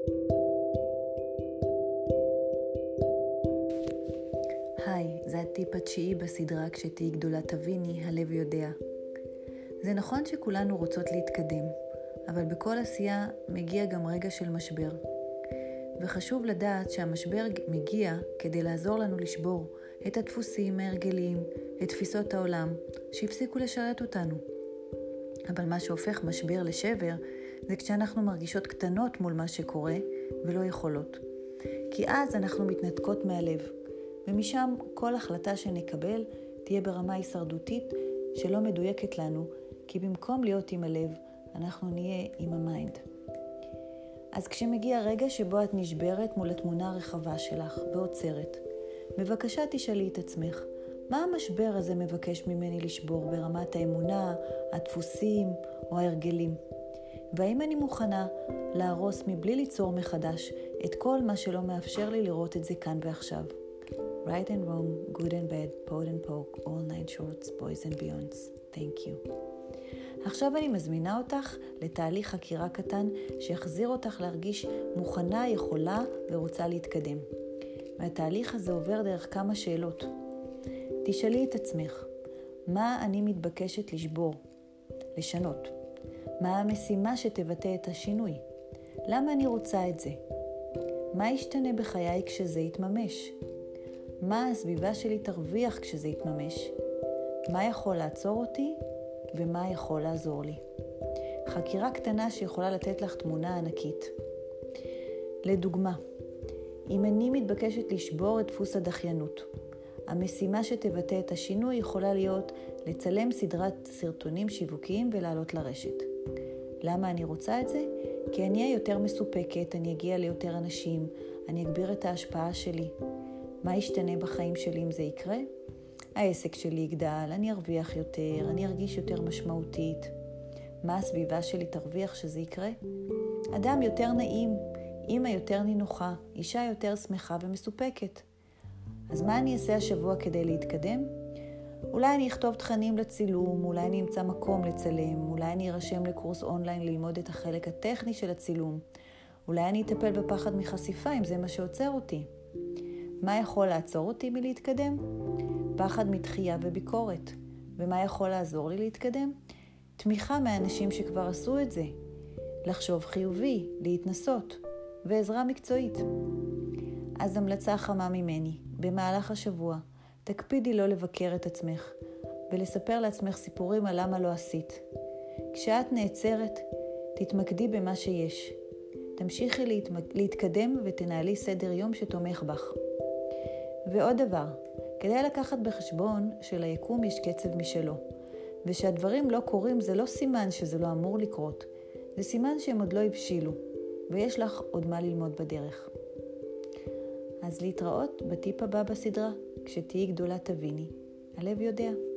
היי, זה הטיפ התשיעי בסדרה כשתהיי גדולה תביני, הלב יודע. זה נכון שכולנו רוצות להתקדם, אבל בכל עשייה מגיע גם רגע של משבר. וחשוב לדעת שהמשבר מגיע כדי לעזור לנו לשבור את הדפוסים, ההרגלים, את תפיסות העולם שהפסיקו לשרת אותנו. אבל מה שהופך משבר לשבר זה כשאנחנו מרגישות קטנות מול מה שקורה ולא יכולות. כי אז אנחנו מתנתקות מהלב, ומשם כל החלטה שנקבל תהיה ברמה הישרדותית שלא מדויקת לנו, כי במקום להיות עם הלב, אנחנו נהיה עם המיינד. אז כשמגיע רגע שבו את נשברת מול התמונה הרחבה שלך ועוצרת, בבקשה תשאלי את עצמך, מה המשבר הזה מבקש ממני לשבור ברמת האמונה, הדפוסים או ההרגלים? והאם אני מוכנה להרוס מבלי ליצור מחדש את כל מה שלא מאפשר לי לראות את זה כאן ועכשיו? Right and wrong, good and bad, pot and poke, all nine shorts, boys and beyonds. Thank you. עכשיו אני מזמינה אותך לתהליך חקירה קטן שיחזיר אותך להרגיש מוכנה, יכולה ורוצה להתקדם. והתהליך הזה עובר דרך כמה שאלות. תשאלי את עצמך, מה אני מתבקשת לשבור, לשנות? מה המשימה שתבטא את השינוי? למה אני רוצה את זה? מה ישתנה בחיי כשזה יתממש? מה הסביבה שלי תרוויח כשזה יתממש? מה יכול לעצור אותי ומה יכול לעזור לי? חקירה קטנה שיכולה לתת לך תמונה ענקית. לדוגמה, אם אני מתבקשת לשבור את דפוס הדחיינות, המשימה שתבטא את השינוי יכולה להיות לצלם סדרת סרטונים שיווקיים ולעלות לרשת. למה אני רוצה את זה? כי אני אהיה יותר מסופקת, אני אגיע ליותר אנשים, אני אגביר את ההשפעה שלי. מה ישתנה בחיים שלי אם זה יקרה? העסק שלי יגדל, אני ארוויח יותר, אני ארגיש יותר משמעותית. מה הסביבה שלי תרוויח שזה יקרה? אדם יותר נעים, אמא יותר נינוחה, אישה יותר שמחה ומסופקת. אז מה אני אעשה השבוע כדי להתקדם? אולי אני אכתוב תכנים לצילום, אולי אני אמצא מקום לצלם, אולי אני ארשם לקורס אונליין ללמוד את החלק הטכני של הצילום, אולי אני אטפל בפחד מחשיפה אם זה מה שעוצר אותי. מה יכול לעצור אותי מלהתקדם? פחד מתחייה וביקורת. ומה יכול לעזור לי להתקדם? תמיכה מהאנשים שכבר עשו את זה. לחשוב חיובי, להתנסות, ועזרה מקצועית. אז המלצה חמה ממני, במהלך השבוע, תקפידי לא לבקר את עצמך, ולספר לעצמך סיפורים על למה לא עשית. כשאת נעצרת, תתמקדי במה שיש. תמשיכי להתקדם ותנהלי סדר יום שתומך בך. ועוד דבר, כדאי לקחת בחשבון שליקום יש קצב משלו, ושהדברים לא קורים זה לא סימן שזה לא אמור לקרות, זה סימן שהם עוד לא הבשילו, ויש לך עוד מה ללמוד בדרך. אז להתראות בטיפ הבא בסדרה, כשתהיי גדולה תביני, הלב יודע.